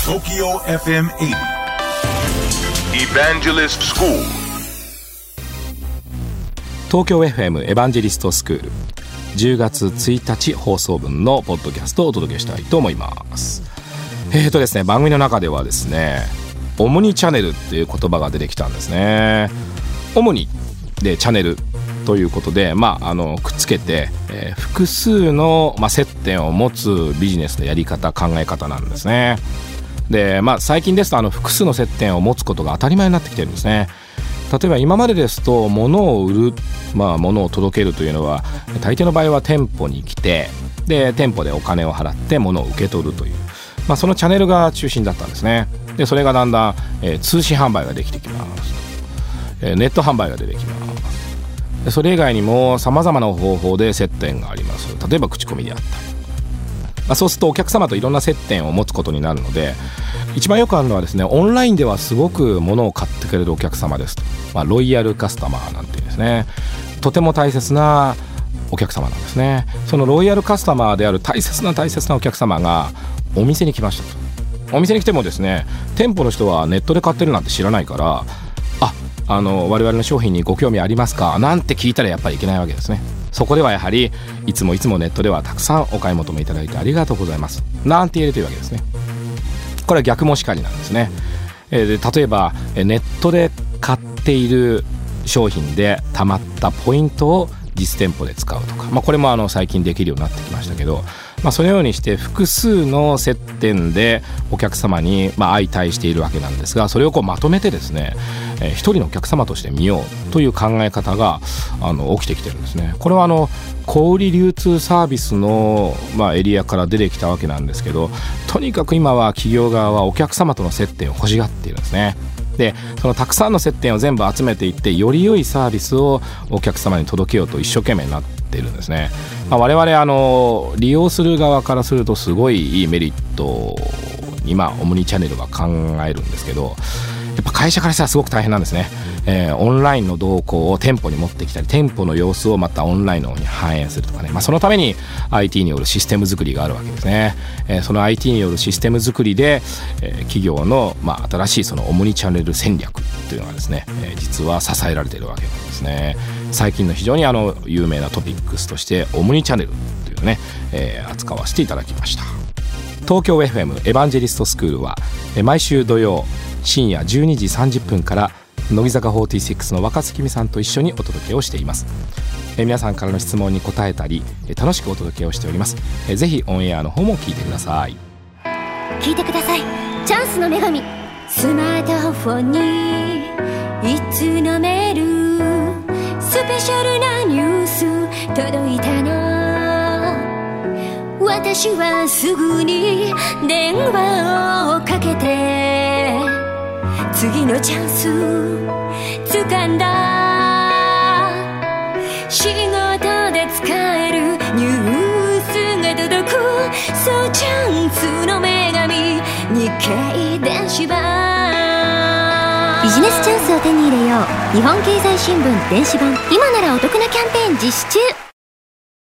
TOKYO FM 80 Evangelist School 東京 FM エヴァンジェリストスクール10月1日放送分のポッドキャストをお届けしたいと思います。ですね、番組の中ではですね、オムニチャンネルっていう言葉が出てきたんですね。オムニでチャンネルということで、くっつけて、複数の、接点を持つビジネスのやり方、考え方なんですね。で、最近ですと複数の接点を持つことが当たり前になってきてるんですね。例えば今までですと物を売る、物を届けるというのは大抵の場合は店舗に来て、で店舗でお金を払って物を受け取るという、そのチャンネルが中心だったんですね。でそれがだんだん、通信販売ができてきます。ネット販売が出てきます。でそれ以外にも様々な方法で接点があります。例えば口コミであったり、そうするとお客様といろんな接点を持つことになるので、一番よくあるのはですね、オンラインではすごく物を買ってくれるお客様ですと、ロイヤルカスタマーなんていうんですね。とても大切なお客様なんですね。そのロイヤルカスタマーである大切なお客様がお店に来ましたと。お店に来てもですね、店舗の人はネットで買ってるなんて知らないから、我々の商品にご興味ありますかなんて聞いたらやっぱりいけないわけですね。そこではやはりいつもネットではたくさんお買い求めいただいてありがとうございますなんて言えるというわけですね。これは逆もしかりなんですね。で例えばネットで買っている商品でたまったポイントを実店舗で使うとか、これも最近できるようになってきましたけど、そのようにして複数の接点でお客様に相対しているわけなんですが、それをまとめてですね、一人のお客様として見ようという考え方が起きてきてるんですね。これは小売流通サービスの、エリアから出てきたわけなんですけど、とにかく今は企業側はお客様との接点を欲しがっているんですね。でそのたくさんの接点を全部集めていって、より良いサービスをお客様に届けようと一生懸命になっているんですね。我々利用する側からするとすごいいいメリットにオムニチャンネルは考えるんですけど、やっぱ会社からしたらすごく大変なんですね。オンラインの動向を店舗に持ってきたり、店舗の様子をまたオンラインの方に反映するとかね、そのために IT によるシステム作りがあるわけですね。その IT によるシステム作りで、企業の、新しいそのオムニチャンネル戦略というのがですね、実は支えられているわけなんですね。最近の非常に有名なトピックスとしてオムニチャンネルというね、扱わせていただきました。東京 FM エヴァンジェリストスクールは毎週土曜深夜12時30分から乃木坂46の若槻美さんと一緒にお届けをしています。皆さんからの質問に答えたり楽しくお届けをしております。ぜひオンエアの方も聞いてください。 聞いてください。チャンスの女神。スマートフォンにいつのメール、スペシャルなニュース届いたの。私はすぐに電話をかけて次のチャンス掴んだ。仕事で使えるニュースが届く、そうチャンスの女神、日経電子版。ビジネスチャンスを手に入れよう。日本経済新聞電子版、今ならお得なキャンペーン実施中。